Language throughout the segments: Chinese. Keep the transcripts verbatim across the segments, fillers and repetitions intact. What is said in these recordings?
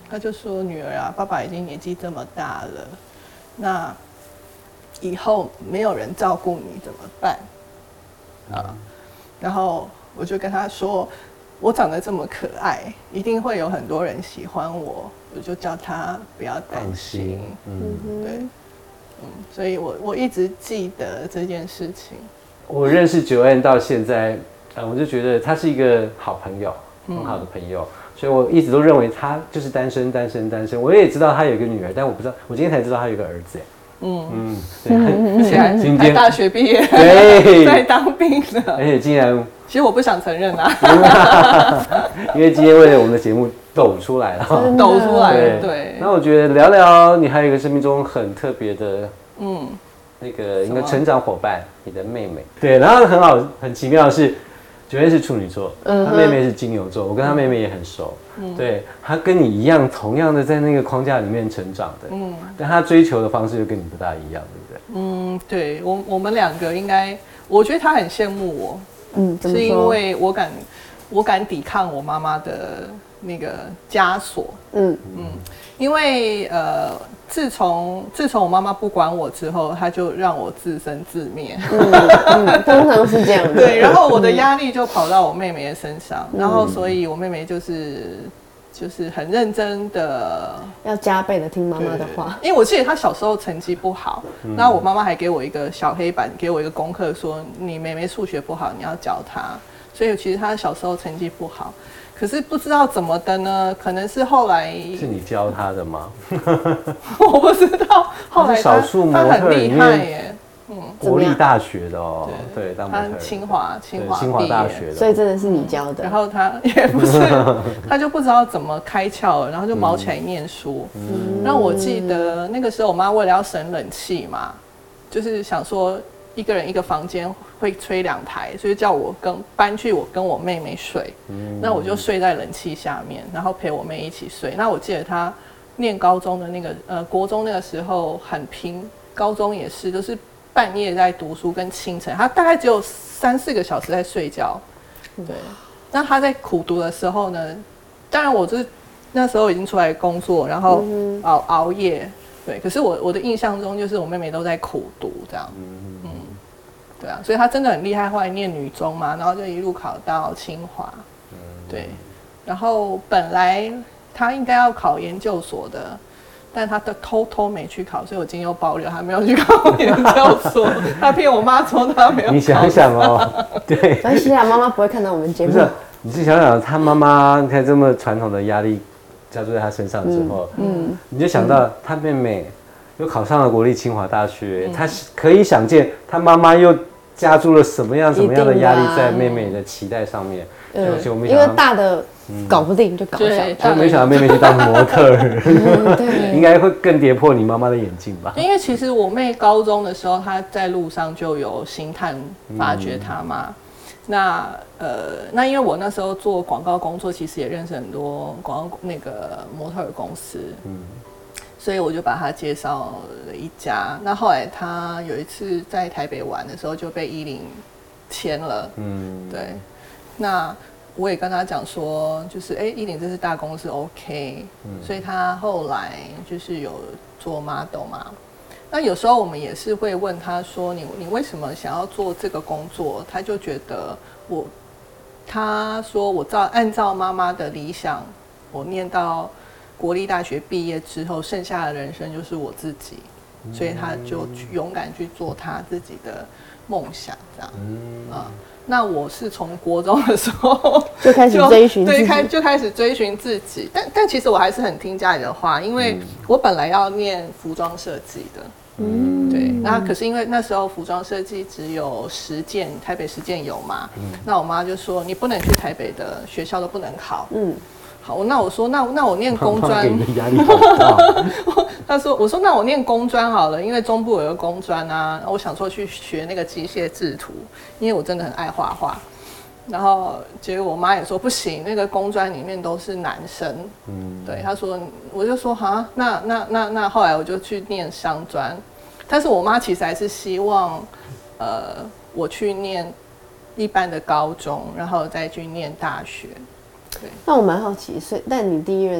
他就说女儿啊，爸爸已经年纪这么大了，那以后没有人照顾你怎么办？啊，然后我就跟他说，我长得这么可爱，一定会有很多人喜欢我，我就叫他不要担心。嗯，对，嗯，所以我我一直记得这件事情。 我认识Joanne到现在，呃，我就觉得他是一个好朋友，很好的朋友，嗯、所以我一直都认为他就是单身，单身，单身。我也知道他有一个女儿，但我不知道，我今天才知道他有一个儿子。嗯嗯， 对，而且还今天大学毕业， 对， 在当兵的， 而且竟然， 其实我不想承认啊， 因为今天为了我们的节目抖出来了， 抖出来了，对。 那我觉得聊聊你还有一个生命中很特别的，嗯，那个一个成长伙伴，你的妹妹，对，然后很好，很奇妙的是。Joanne是处女座，嗯、她妹妹是金牛座，我跟她妹妹也很熟，嗯、对，她跟你一样，同样的在那个框架里面成长的，嗯，但她追求的方式就跟你不大一样，对不对？ 嗯，对我我们两个应该，我觉得她很羡慕我，嗯，是因为我敢我敢抵抗我妈妈的那个枷锁，嗯嗯，因为呃。自从自从我妈妈不管我之后，她就让我自生自灭。 嗯嗯，通常是这样的。 对，然后我的压力就跑到我妹妹的身上，嗯、然后所以我妹妹就是就是很认真的， 要加倍的听妈妈的话。 因为我记得她小时候成绩不好，嗯、然后我妈妈还给我一个小黑板，给我一个功课，说你妹妹数学不好，你要教她。所以其实她小时候成绩不好。可是不知道怎么的呢？可能是后来是你教他的吗？ 我不知道，后来他少数模特里面， 嗯， 国立大学的哦，对，当模特， 他清华清华清华大学的， 所以真的是你教的。 然后他也不是，他就不知道怎么开窍了，然后就毛起来念书。嗯，然后我记得那个时候我妈为了要省冷气嘛，就是想说一个人一个房间。会吹两台，所以叫我跟搬去我跟我妹妹睡，嗯、那我就睡在冷气下面，然后陪我妹一起睡。那我记得她念高中的那个呃国中那个时候很拼，高中也是，就是半夜在读书跟清晨，她大概只有三四个小时在睡觉。对，那她在苦读的时候呢，当然我就是那时候已经出来工作，然后熬熬夜，对。可是我我的印象中就是我妹妹都在苦读这样，嗯。对啊，所以他真的很厉害，后来念女中嘛，然后就一路考到清华，嗯、对。然后本来他应该要考研究所的，但他都偷偷没去考，所以我今天又爆料他没有去考研究所，他骗我妈说他没有考。 你想想哦，对， 没关系啊，妈妈不会看到我们节目。 不是，你是想想他妈妈，你看这么传统的压力加注在他身上之后，嗯，嗯你就想到他妹妹。又考上了国立清华大学，嗯、他可以想见他妈妈又加注了什么样什么样的压力在妹妹的期待上面。 嗯，因为大的搞不定就搞小， 就没想到妹妹去当模特儿，嗯、应该会更跌破你妈妈的眼镜吧？ 因为其实我妹高中的时候，她在路上就有星探发掘她嘛。嗯、那呃，那因为我那时候做广告工作，其实也认识很多广告那个模特儿公司。嗯。所以我就把他介绍了一家。那后来他有一次在台北玩的时候，就被一零签了。嗯，对。那我也跟他讲说，就是哎，一零这是大公司 ，OK。嗯。所以他后来就是有做 model 嘛。那有时候我们也是会问他说，你你为什么想要做这个工作？他就觉得我，他说我照按照妈妈的理想，我念到。国立大学毕业之后，剩下的人生就是我自己，所以他就勇敢去做他自己的梦想，这样。嗯啊，那我是从国中的时候就开始追寻自己， 对，开就开始追寻自己。但但其实我还是很听家里的话，因为我本来要念服装设计的。嗯，对。那可是因为那时候服装设计只有实践，台北实践有嘛。嗯。那我妈就说你不能去台北的学校都不能考。嗯。好，那我说，那那我念工专， 给你的压力好大。 他说，我说那我念工专好了，因为中部有个工专啊，我想说去学那个机械制图，因为我真的很爱画画。然后结果我妈也说不行，那个工专里面都是男生。嗯，对，她说，我就说哈，那那那那后来我就去念商专，但是我妈其实还是希望，呃，我去念一般的高中，然后再去念大学。 那我蛮好奇，所以但你第一任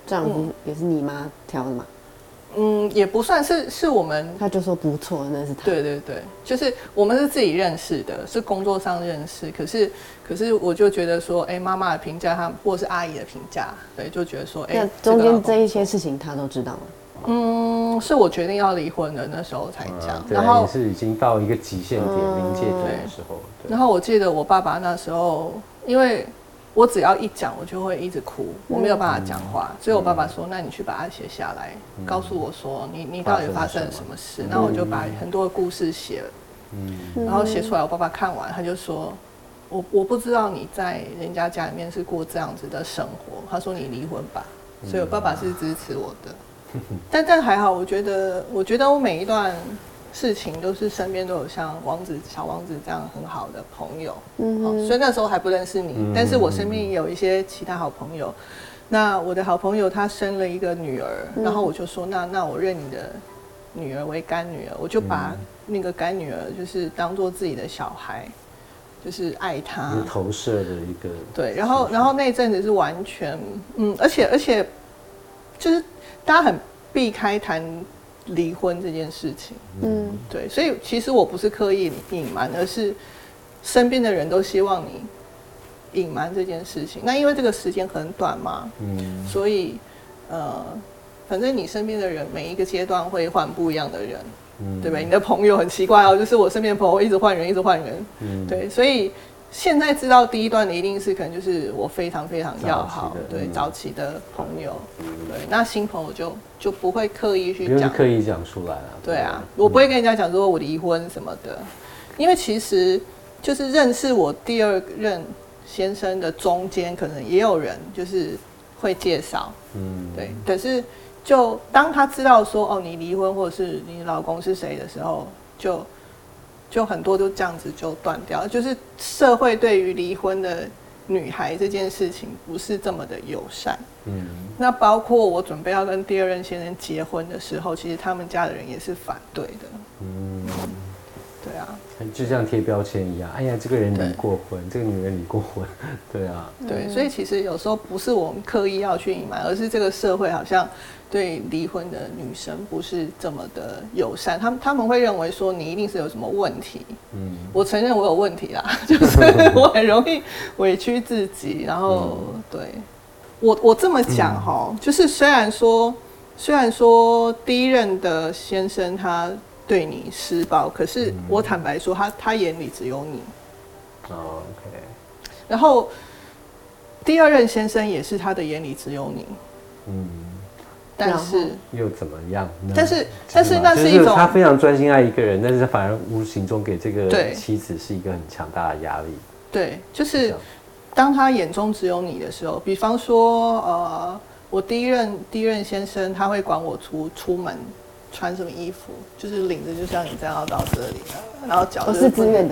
这样不也是你妈挑的吗？ 嗯，也不算是，是我们他就说不错，那是他。 对对对，就是我们是自己认识的，是工作上认识。可是可是我就觉得说，哎、欸，妈妈的评价，他或者是阿姨的评价，对，就觉得说，哎、欸， 那中间这一些事情他都知道吗？ 嗯，是我决定要离婚的那时候才讲、嗯， 然后也是已经到一个极限点、临、嗯、界点的时候。 然后我记得我爸爸那时候，因为我只要一讲，我就会一直哭，我没有办法讲话，嗯、所以我爸爸说：“那你去把它写下来，嗯、告诉我说你你到底发生了什么事。”然后我就把很多的故事写了，嗯，然后写出来。我爸爸看完，他就说：“我我不知道你在人家家里面是过这样子的生活。”他说：“你离婚吧。”所以我爸爸是支持我的。嗯、但但还好，我觉得我觉得我每一段事情都是身边都有像王子小王子这样很好的朋友，嗯、哦，所以那时候还不认识你，嗯、但是我身边也有一些其他好朋友。那我的好朋友她生了一个女儿，嗯、然后我就说，那那我认你的女儿为干女儿，我就把那个干女儿就是当做自己的小孩，就是爱她， 投射的一个对。然后然后那一阵子是完全，嗯，而且而且就是大家很避开谈离婚这件事情，嗯，对，所以其实我不是刻意隐瞒，而是身边的人都希望你隐瞒这件事情。那因为这个时间很短嘛，嗯，所以呃，反正你身边的人每一个阶段会换不一样的人，嗯，对不对？你的朋友很奇怪哦，就是我身边的朋友一直换人，一直换人，嗯，对，所以现在知道第一段的一定是可能就是我非常非常要好，对，嗯、早期的朋友，对，那新朋友就就不会刻意去讲， 刻意讲出来啊。 对啊，我不会跟人家讲说我离婚什么的，因为其实就是认识我第二任先生的中间，可能也有人就是会介绍，嗯，对，可是就当他知道说哦你离婚或者是你老公是谁的时候，就。就很多都这样子就断掉，就是社会对于离婚的女孩这件事情不是这么的友善。嗯，那包括我准备要跟第二任先生结婚的时候，其实他们家的人也是反对的。嗯，对啊， 就像贴标签一样，哎呀，这个人离过婚，这个女人离过婚，对啊， 对，所以其实有时候不是我们刻意要去隐瞒，而是这个社会好像对离婚的女生不是这么的友善，他们他们会认为说你一定是有什么问题。嗯，我承认我有问题啦，就是我很容易委屈自己，然后、嗯、对我我这么讲哈、嗯，就是虽然说虽然说第一任的先生他对你施暴，可是我坦白说他他眼里只有你。 哦 ，OK。 然后第二任先生也是他的眼里只有你。嗯。但是又怎么样呢？ 但是但是那是一种、就是、 他非常专心爱一个人，但是反而无形中给这个妻子是一个很强大的压力。 对，就是当他眼中只有你的时候，比方说呃，我第一任第一任先生他会管我出出门穿什么衣服，就是领子就像你这样要到这里，然后脚、就是、 我是自愿的，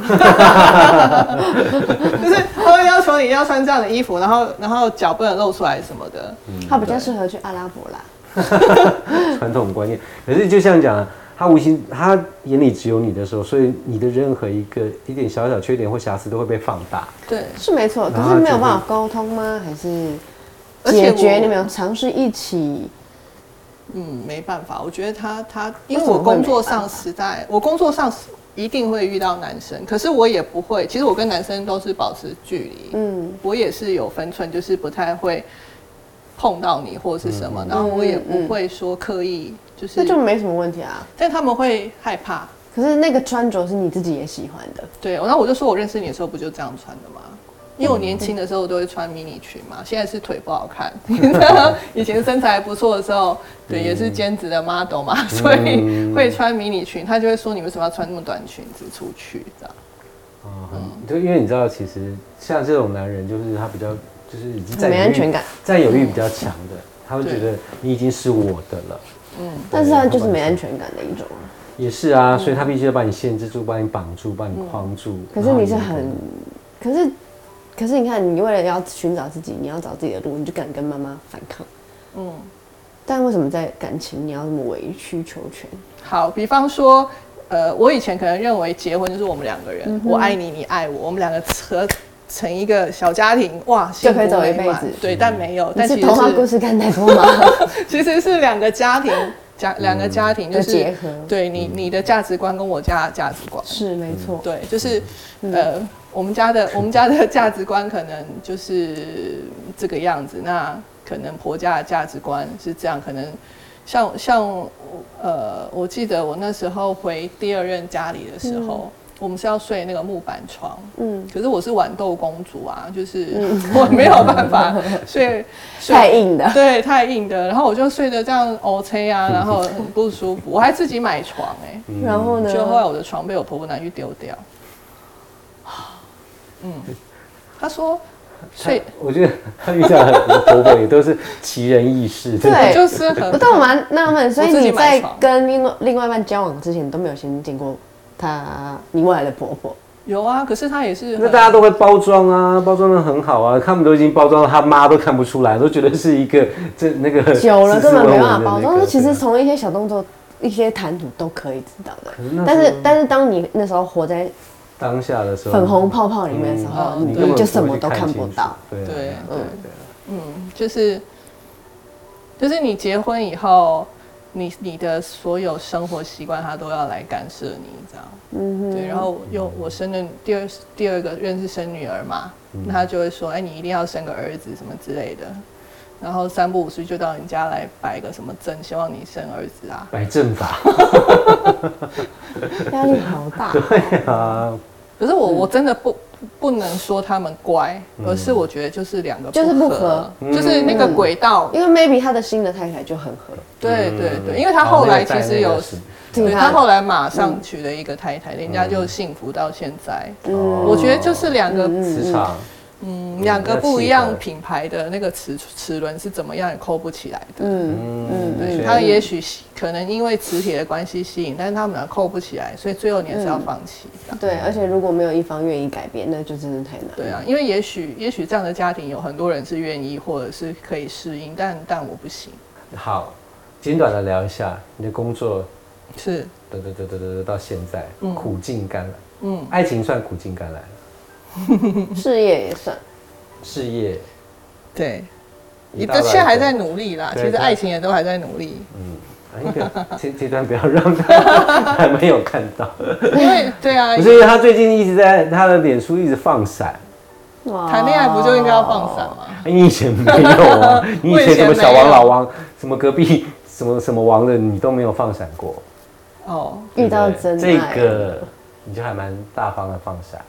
就是他会要求你要穿这样的衣服，然后然后脚不能露出来什么的。 嗯、他比较适合去阿拉伯啦。 传统观念，可是就像讲，他无形他眼里只有你的时候，所以你的任何一个一点小小缺点或瑕疵都会被放大。 对， 是没错。可是没有办法沟通吗？还是解决？你们有尝试一起？ 嗯，没办法，我觉得他他，因为我工作上实在，我工作上一定会遇到男生，可是我也不会，其实我跟男生都是保持距离，嗯，我也是有分寸，就是不太会碰到你或是什么，嗯、然后我也不会说刻意，就是那就没什么问题啊， 但他们会害怕。 可是那个穿着是你自己也喜欢的， 对，然后我就说我认识你的时候不就这样穿的吗？因为我年轻的时候都会穿迷你裙嘛，现在是腿不好看。以前身材不错的时候，对，也是兼职的 model 嘛，所以会穿迷你裙。他就会说你为什么要穿那么短裙子出去这样？ 嗯，就因为你知道，其实像这种男人，就是他比较就是已经没安全感， 占有欲比较强的，他会觉得你已经是我的了。 嗯，但是他就是没安全感的一种。 也是啊，所以他必须要把你限制住，把你绑住，把你框住。 可是你是很，可是。可是你看，你为了要寻找自己，你要找自己的路，你就敢跟妈妈反抗。嗯，但为什么在感情你要那么委曲求全？ 好，比方说，呃，我以前可能认为结婚就是我们两个人，嗯、我爱你，你爱我，我们两个合成一个小家庭，哇， 就可以走一辈子。 对，但没有，但其实童话故事看太多吗？ 其实是两个家庭，家两个家庭就是结合。 对你你的价值观跟我家的价值观是没错。 对，就是呃，我们家的我们家的价值观可能就是这个样子，那可能婆家的价值观是这样，可能。像像呃，我记得我那时候回第二任家里的时候，嗯、我们是要睡那个木板床，嗯，可是我是豌豆公主啊，就是、嗯、我没有办法睡，睡太硬的， 对，太硬的，然后我就睡得这样 OK 啊，然后很不舒服，我还自己买床哎、欸， 嗯、然后呢， 就后来我的床被我婆婆拿去丢掉，嗯，她说。所以我觉得他遇到的婆婆也都是奇人异事， 对， 就是很。 但我蛮纳闷，所以你在跟另外另外一半交往之前，你都没有先见过她你未来的婆婆？ 有啊，可是她也是。 那大家都会包装啊，包装的很好啊，他们都已经包装到他妈都看不出来，都觉得是一个这那个久了根本没办法包装。那其实从一些小动作、一些谈吐都可以知道的。但是但是当你那时候活在。 当下的时候， 粉红泡泡里面的时候，嗯、你就什么都看不到。 对对对，嗯，就是就是你结婚以后，你你的所有生活习惯，他都要来干涉你，这样。嗯对，然后又我生的第二第二个任是生女儿嘛，嗯、那他就会说，哎，你一定要生个儿子什么之类的。然后三不五时就到你家来摆个什么阵，希望你生儿子啊。 摆阵法， 压力好大。 对啊。 可是我我真的不不能说他们乖，而是我觉得就是两个就是不合， 就是那个轨道。 因为 maybe 他的新的太太就很合。 对对对，因为他后来其实有，对他后来马上娶了一个太太，人家就幸福到现在。我觉得就是两个磁场。 嗯，两个不一样品牌的那个齿齿轮是怎么样也扣不起来的。嗯嗯，对，他也许可能因为磁铁的关系吸引，但是他们俩扣不起来，所以最后你还是要放弃。 对，而且如果没有一方愿意改变，那就真的太难。 对啊，因为也许也许这样的家庭有很多人是愿意或者是可以适应，但但我不行。 好，简短的聊一下你的工作是， 得得得得得到现在苦尽甘来。 嗯， 爱情算苦尽甘来了。 事业也算， 事业， 对，你的现在还在努力啦。其实爱情也都还在努力。 嗯，那个这这段不要让他还没有看到， 因为对啊， 不是因为他最近一直在他的脸书一直放闪。 谈恋爱不就应该要放闪吗？ 你以前没有啊，你以前什么小王老王，什么隔壁什么什么王的，你都没有放闪过。 哦， 遇到真爱， 这个你就还蛮大方的放闪。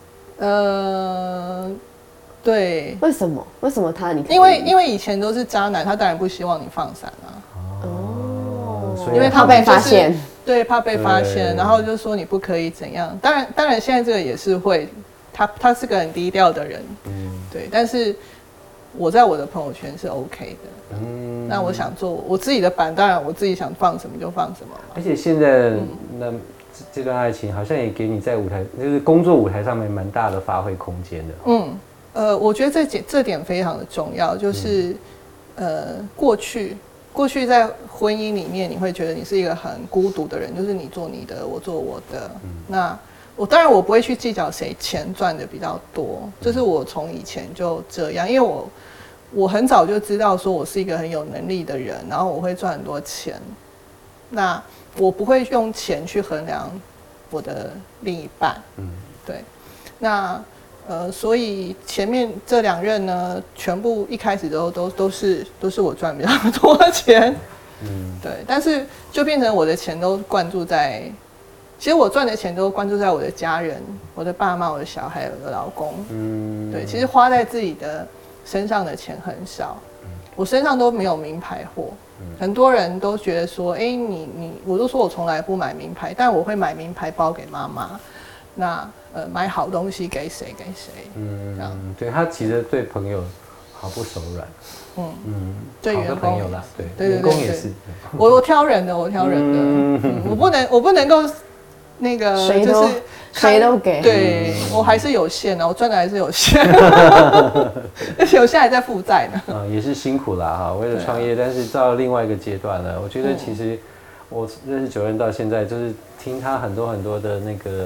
呃，对， 为什么？为什么他你？ 因为因为以前都是渣男，他当然不希望你放闪啊。 哦， 因为他被发现， 对，怕被发现，然后就说你不可以怎样。当然，当然现在这个也是会，他他是个很低调的人，嗯，对。但是我在我的朋友圈是 OK 的，嗯，那我想做我自己的版，当然我自己想放什么就放什么嘛。 而且现在、嗯、那。这段爱情好像也给你在舞台，就是工作舞台上面蛮大的发挥空间的。 嗯，呃，我觉得这点这点非常的重要，就是、嗯、呃，过去过去在婚姻里面，你会觉得你是一个很孤独的人，就是你做你的，我做我的。嗯、那我当然我不会去计较谁钱赚的比较多，就是我从以前就这样，因为我我很早就知道说我是一个很有能力的人，然后我会赚很多钱。那我不会用钱去衡量我的另一半，嗯，对，那呃，所以前面这两任呢，全部一开始都都都是都是我赚比较多钱，嗯，对，但是就变成我的钱都灌注在，其实我赚的钱都灌注在我的家人、我的爸妈、我的小孩、我的老公，嗯，对，其实花在自己的身上的钱很少，我身上都没有名牌货。很多人都觉得说，哎、欸，你你，我都说我从来不买名牌，但我会买名牌包给妈妈，那呃，买好东西给谁给谁，嗯，这样， 对他其实对朋友毫不手软，嗯嗯， 对员工也啦，对， 对对员工也是， 我我挑人的，我挑人的，嗯嗯、我不能我不能够那个谁都就是谁都给， 对、嗯、我还是有限的，我赚的还是有限，而且我现在还在负债呢。 啊、嗯，也是辛苦啦哈，为了创业，啊、但是到另外一个阶段了。我觉得其实我认识九任到现在，就是听他很多很多的那个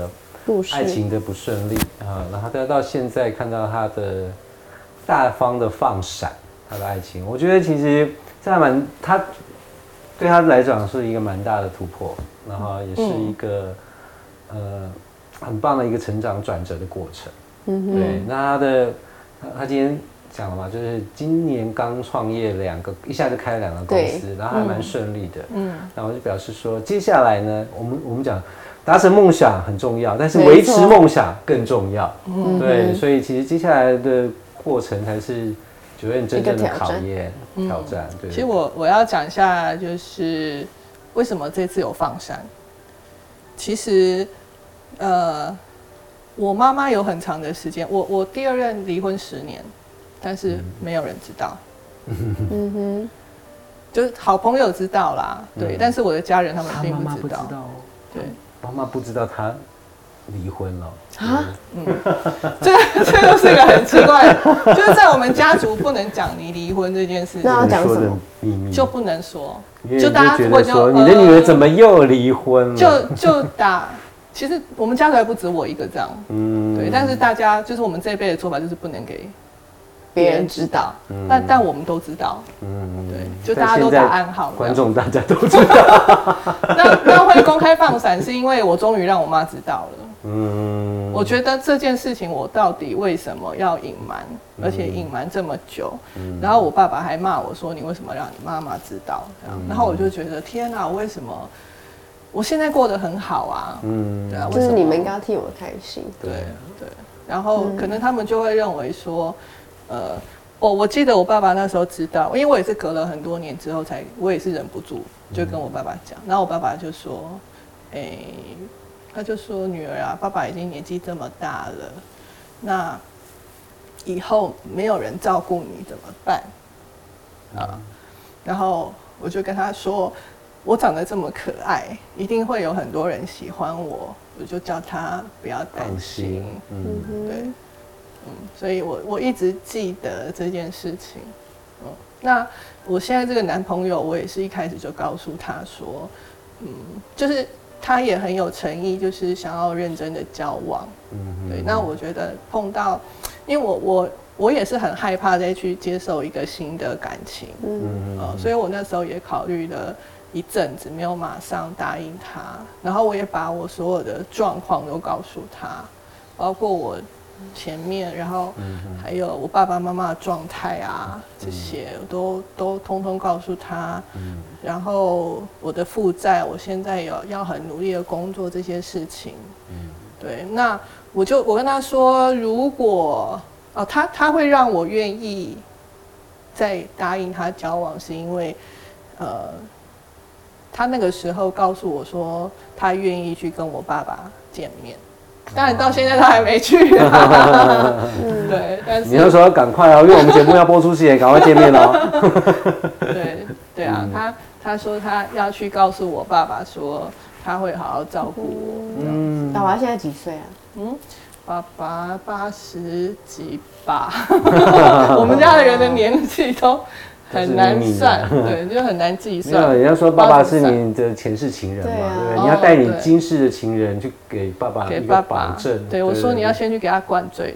爱情的不顺利啊，然后到现在看到他的大方的放闪他的爱情，我觉得其实这还蛮他对他来讲是一个蛮大的突破，然后也是一个、嗯、呃很棒的一个成长转折的过程。嗯对，那他的他今天讲了嘛，就是今年刚创业两个，一下就开了两个公司，然后还蛮顺利的。嗯，然后我就表示说，接下来呢，我们我们讲达成梦想很重要，但是维持梦想更重要。嗯，对，所以其实接下来的过程才是九院真正的考验、挑战。对， 其实我我要讲一下，就是为什么这次有放闪。其实，呃。我妈妈有很长的时间，我我第二任离婚十年，但是没有人知道。嗯哼，就是好朋友知道啦，对，嗯、但是我的家人他们并不知道。妈妈不知道，对， 妈妈不知道她离婚了啊。 嗯，这这就是一个很奇怪的，就是在我们家族不能讲你离婚这件事情。 那要讲什么？ 秘密就不能说， 就大家觉得说你的女儿怎么又离婚了？ 就就打。其实我们家族还不止我一个这样，嗯，对，但是大家就是我们这一辈的做法就是不能给别人知道，嗯、但但我们都知道，嗯，对，就大家都打暗号， 观众大家都知道。 那那会公开放闪是因为我终于让我妈知道了，嗯，我觉得这件事情我到底为什么要隐瞒，而且隐瞒这么久，嗯、然后我爸爸还骂我说你为什么让你妈妈知道这样，然后我就觉得天哪，我为什么？我现在过得很好啊，嗯，对啊， 就是你们应该替我开心， 对对，然后可能他们就会认为说，呃，我我记得我爸爸那时候知道，因为我也是隔了很多年之后才，我也是忍不住就跟我爸爸讲，然后我爸爸就说，哎、欸，他就说女儿啊，爸爸已经年纪这么大了，那以后没有人照顾你怎么办？啊，然后我就跟他说。我长得这么可爱，一定会有很多人喜欢我，我就叫他不要担心。嗯，对，嗯，所以我我一直记得这件事情。嗯，那我现在这个男朋友，我也是一开始就告诉他说，嗯，就是他也很有诚意，就是想要认真的交往。嗯，对，那我觉得碰到，因为我我我也是很害怕再去接受一个新的感情。嗯，呃，所以我那时候也考虑了。一阵子没有马上答应他，然后我也把我所有的状况都告诉他，包括我前面，然后还有我爸爸妈妈的状态啊，这些我都都通通告诉他。然后我的负债，我现在有要很努力的工作这些事情。对，那我就我跟他说，如果哦他他会让我愿意再答应他交往，是因为呃。他那个时候告诉我说，他愿意去跟我爸爸见面，当然到现在他还没去。对，但是你那时候要赶快哦，因为我们节目要播出前，赶快见面哦。 对对啊，嗯、他他说他要去告诉我爸爸说，他会好好照顾我。嗯， 爸爸现在几岁啊？ 嗯，爸爸八十几吧。我们家的人的年纪都。很难算，对，就很难计算。 没有，人家说爸爸是你的前世情人嘛，对不对？你要带你今世的情人去给爸爸一个保证。 对，我说你要先去给他灌醉。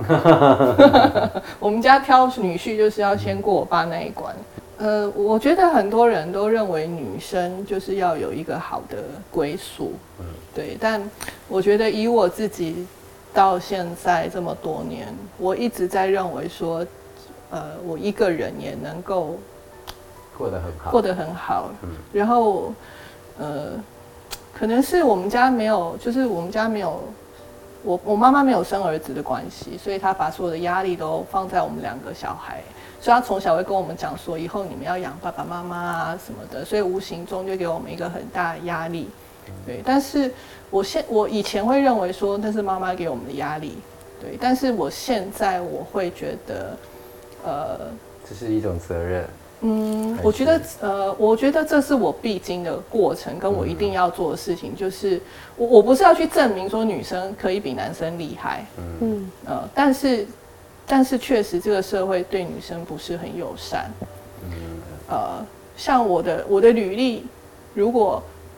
我们家挑女婿就是要先过我爸那一关。呃，我觉得很多人都认为女生就是要有一个好的归宿，对。但我觉得以我自己到现在这么多年，我一直在认为说。呃，我一个人也能够过得很好， 过得很好。嗯，然后，呃，可能是我们家没有，就是我们家没有，我我妈妈没有生儿子的关系，所以她把所有的压力都放在我们两个小孩，所以她从小会跟我们讲说，以后你们要养爸爸妈妈啊什么的，所以无形中就给我们一个很大的压力。对，但是我现我以前会认为说那是妈妈给我们的压力，对，但是我现在我会觉得。呃， 这是一种责任。 嗯，我觉得，呃，我觉得这是我必经的过程，跟我一定要做的事情，就是我我不是要去证明说女生可以比男生厉害，嗯，呃，但是，但是确实这个社会对女生不是很友善，嗯，呃，像我的我的履历，如果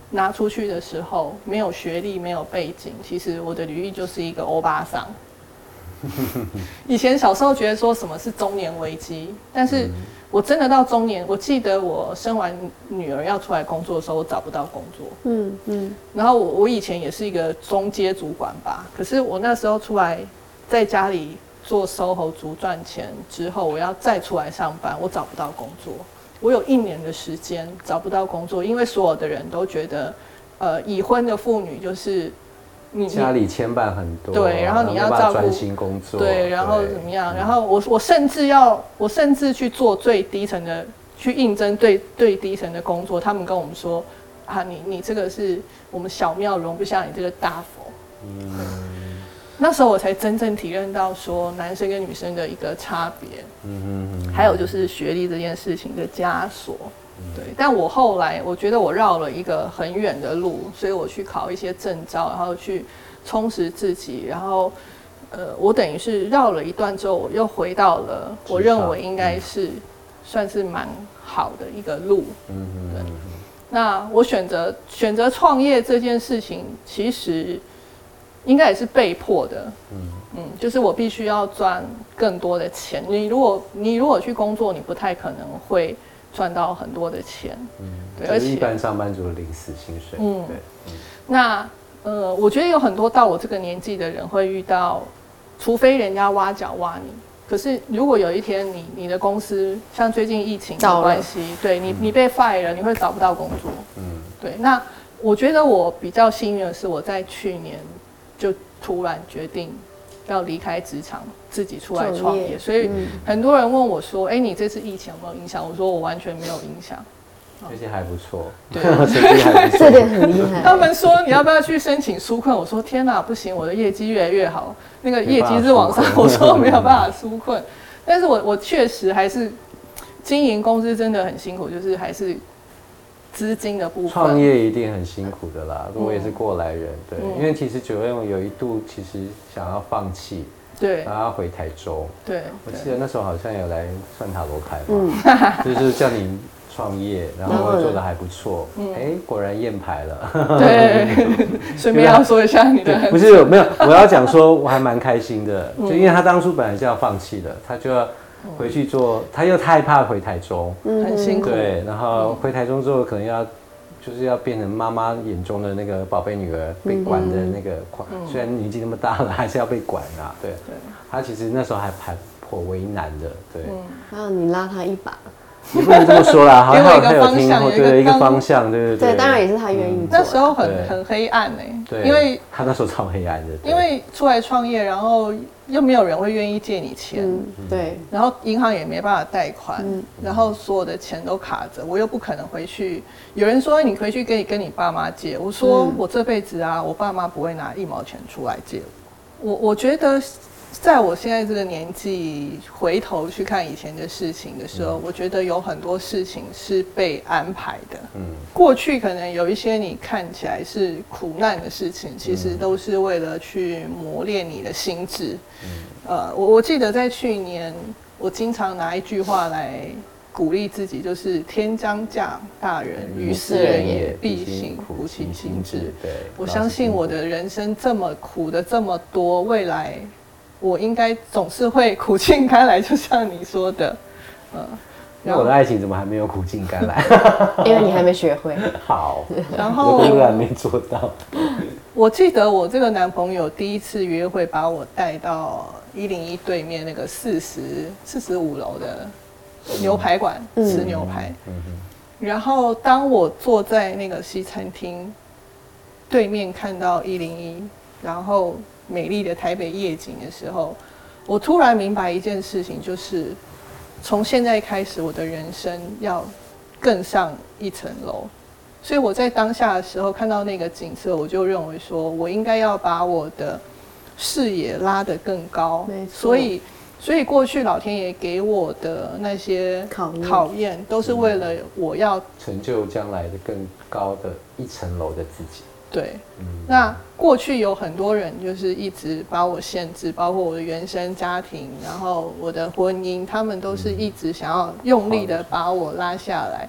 拿出去的时候，没有学历，没有背景，其实我的履历就是一个欧巴桑。以前小时候觉得说什么是中年危机，但是我真的到中年，我记得我生完女儿要出来工作的时候，我找不到工作。嗯嗯。然后我我以前也是一个中阶主管吧，可是我那时候出来在家里做 S O H O 族赚钱之后，我要再出来上班，我找不到工作。我有一年的时间找不到工作，因为所有的人都觉得，呃，已婚的妇女就是你家里牵绊很多， 对，然后你要照顾专心工作， 对，然后怎么样？然后我我甚至要我甚至去做最低层的，去应征最最低层的工作，他们跟我们说啊，你你这个是我们小庙容不下你这个大佛。嗯。那时候我才真正体认到说男生跟女生的一个差别，嗯嗯，还有就是学历这件事情的枷锁，对。但我后来我觉得我绕了一个很远的路，所以我去考一些证照，然后去充实自己，然后呃，我等于是绕了一段之后，我又回到了我认为应该是算是蛮好的一个路，嗯嗯，对。那我选择选择创业这件事情，其实应该也是被迫的，嗯嗯，就是我必须要赚更多的钱。你如果你如果去工作，你不太可能会赚到很多的钱，嗯， 对，而且一般上班族的领死薪水，嗯，对，嗯， 那呃，我觉得有很多到我这个年纪的人会遇到，除非人家挖角挖你，可是如果有一天你你的公司像最近疫情的关系，对你你被 fire 了，你会找不到工作，嗯，对。那我觉得我比较幸运的是，我在去年就突然决定要离开职场，自己出来创业。所以很多人问我说：“哎、欸，你这次疫情有没有影响？”我说：“我完全没有影响。” 而且还不错， 对， 这点很厉害。 他们说你要不要去申请纾困？我说天哪，不行，我的业绩越来越好，那个业绩是往上，我说没有办法纾困。但是我我确实还是经营公司真的很辛苦，就是还是资金的部分。 创业一定很辛苦的啦，我也是过来人，对，嗯、因为其实九月有一度其实想要放弃。 对， 然后要回台中。 对， 我记得那时候好像有来算塔罗牌嘛，嗯、就是叫你创业，然后做得还不错。哎、嗯欸，果然验牌了。 对，顺便要说一下你的。 不是没有，我要讲说我还蛮开心的，就因为他当初本来是要放弃的，他就要回去做，他又太怕回台中， 嗯，很辛苦。 对，然后回台中之后可能要。就是要变成妈妈眼中的那个宝贝女儿，被管的那个款。嗯、虽然年纪那么大了，还是要被管啊。对，对他其实那时候还还颇为难的。对， 然后你拉他一把， 你不能这么说啦，好像他有听过， 对一个方向，对对对。对，当然也是他愿意做。 那时候很很黑暗哎， 对， 因为他那时候超黑暗的。 因为出来创业，然后又没有人会愿意借你钱， 嗯、对， 然后银行也没办法贷款，嗯、然后所有的钱都卡着，我又不可能回去。有人说你回去跟你跟你爸妈借，我说、嗯、我这辈子啊，我爸妈不会拿一毛钱出来借我。我我觉得，在我现在这个年纪，回头去看以前的事情的时候，嗯、我觉得有很多事情是被安排的。嗯，过去可能有一些你看起来是苦难的事情，其实都是为了去磨练你的心智。嗯，呃，我我记得在去年，我经常拿一句话来鼓励自己，就是天将降大任于斯人也，必先苦其心志。对，我相信我的人生这么苦的这么多，未来我应该总是会苦尽甘来，就像你说的， 嗯。那我的爱情怎么还没有苦尽甘来？ 因为你还没学会。 好， 然后我还没做到。 我记得我这个男朋友第一次约会，把我带到一零一对面那个四十四十五楼的牛排馆吃牛排，嗯嗯、然后当我坐在那个西餐厅对面看到一零一，然后美丽的台北夜景的时候，我突然明白一件事情，就是从现在开始，我的人生要更上一层楼。所以我在当下的时候看到那个景色，我就认为说我应该要把我的视野拉得更高。所以。所以过去老天爷给我的那些考验，考验都是为了我要成就将来的更高的一层楼的自己。 对，嗯、那过去有很多人就是一直把我限制，包括我的原生家庭，然后我的婚姻，他们都是一直想要用力的把我拉下来。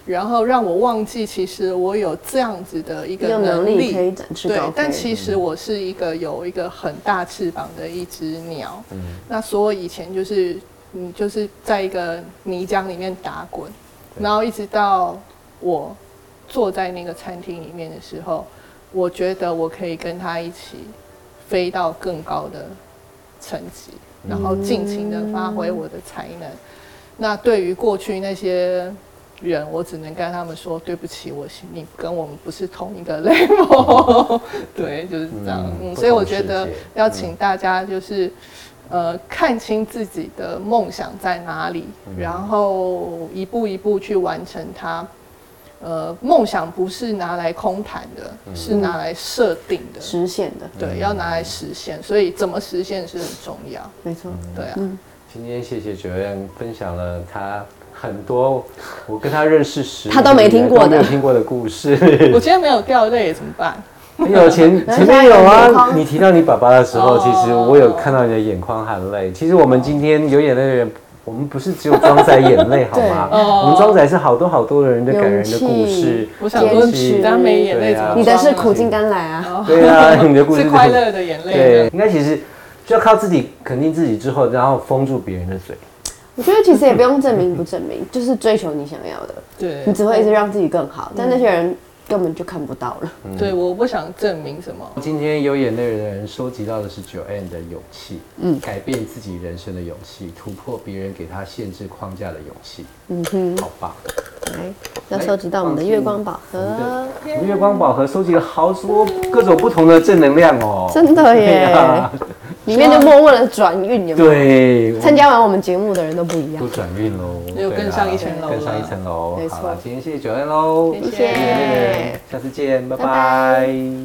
然后让我忘记其实我有这样子的一个能力， 能力可以展翅高飞。 对，但其实我是一个有一个很大翅膀的一只鸟。嗯，那所以以前就是你就是在一个泥浆里面打滚，然后一直到我坐在那个餐厅里面的时候，我觉得我可以跟他一起飞到更高的层级，然后尽情的发挥我的才能。那对于过去那些人，我只能跟他们说对不起，我你跟我们不是同一个 level。对，就是这样。嗯，所以我觉得要请大家就是。呃，看清自己的梦想在哪里，然后一步一步去完成它。呃，梦想不是拿来空谈的，嗯、是拿来设定的、 实现的。 对，要拿来实现，所以怎么实现是很重要。 没错， 对啊。 嗯、 今天谢谢Joanne分享了他很多我跟他认识时他都没听过的、 没有听过的故事。 我今天没有掉泪怎么办？ 有前前面有啊，你提到你爸爸的时候，其实我有看到你的眼眶含泪。其实我们今天有眼泪的人，我们不是只有庄仔眼泪好吗？我们庄仔是好多好多人的感人的故事。 我想说，但没眼泪怎么？ 你的是苦尽甘来啊。 对啊，你的故事是快乐的眼泪。 对，应该其实就要靠自己肯定自己之后，然后封住别人的嘴。 我觉得其实也不用证明不证明，就是追求你想要的。 对， 你只会一直让自己更好，但那些人根本就看不到了。 嗯、对，我不想证明什么。 今天有眼泪的人收集到的是 Joanne 的勇气，嗯，改变自己人生的勇气，突破别人给他限制框架的勇气。嗯哼，好棒。 来，要收集到我们的月光宝盒。 我们月光宝盒收集了好多各种不同的正能量哦。 真的耶。里面就默默的转运，有没有？ 对， 参加完我们节目的人都不一样， 都转运喽， 又更上一层楼， 更上一层楼。 没错， 今天谢谢Joanne喽， 谢谢， 下次见，拜拜。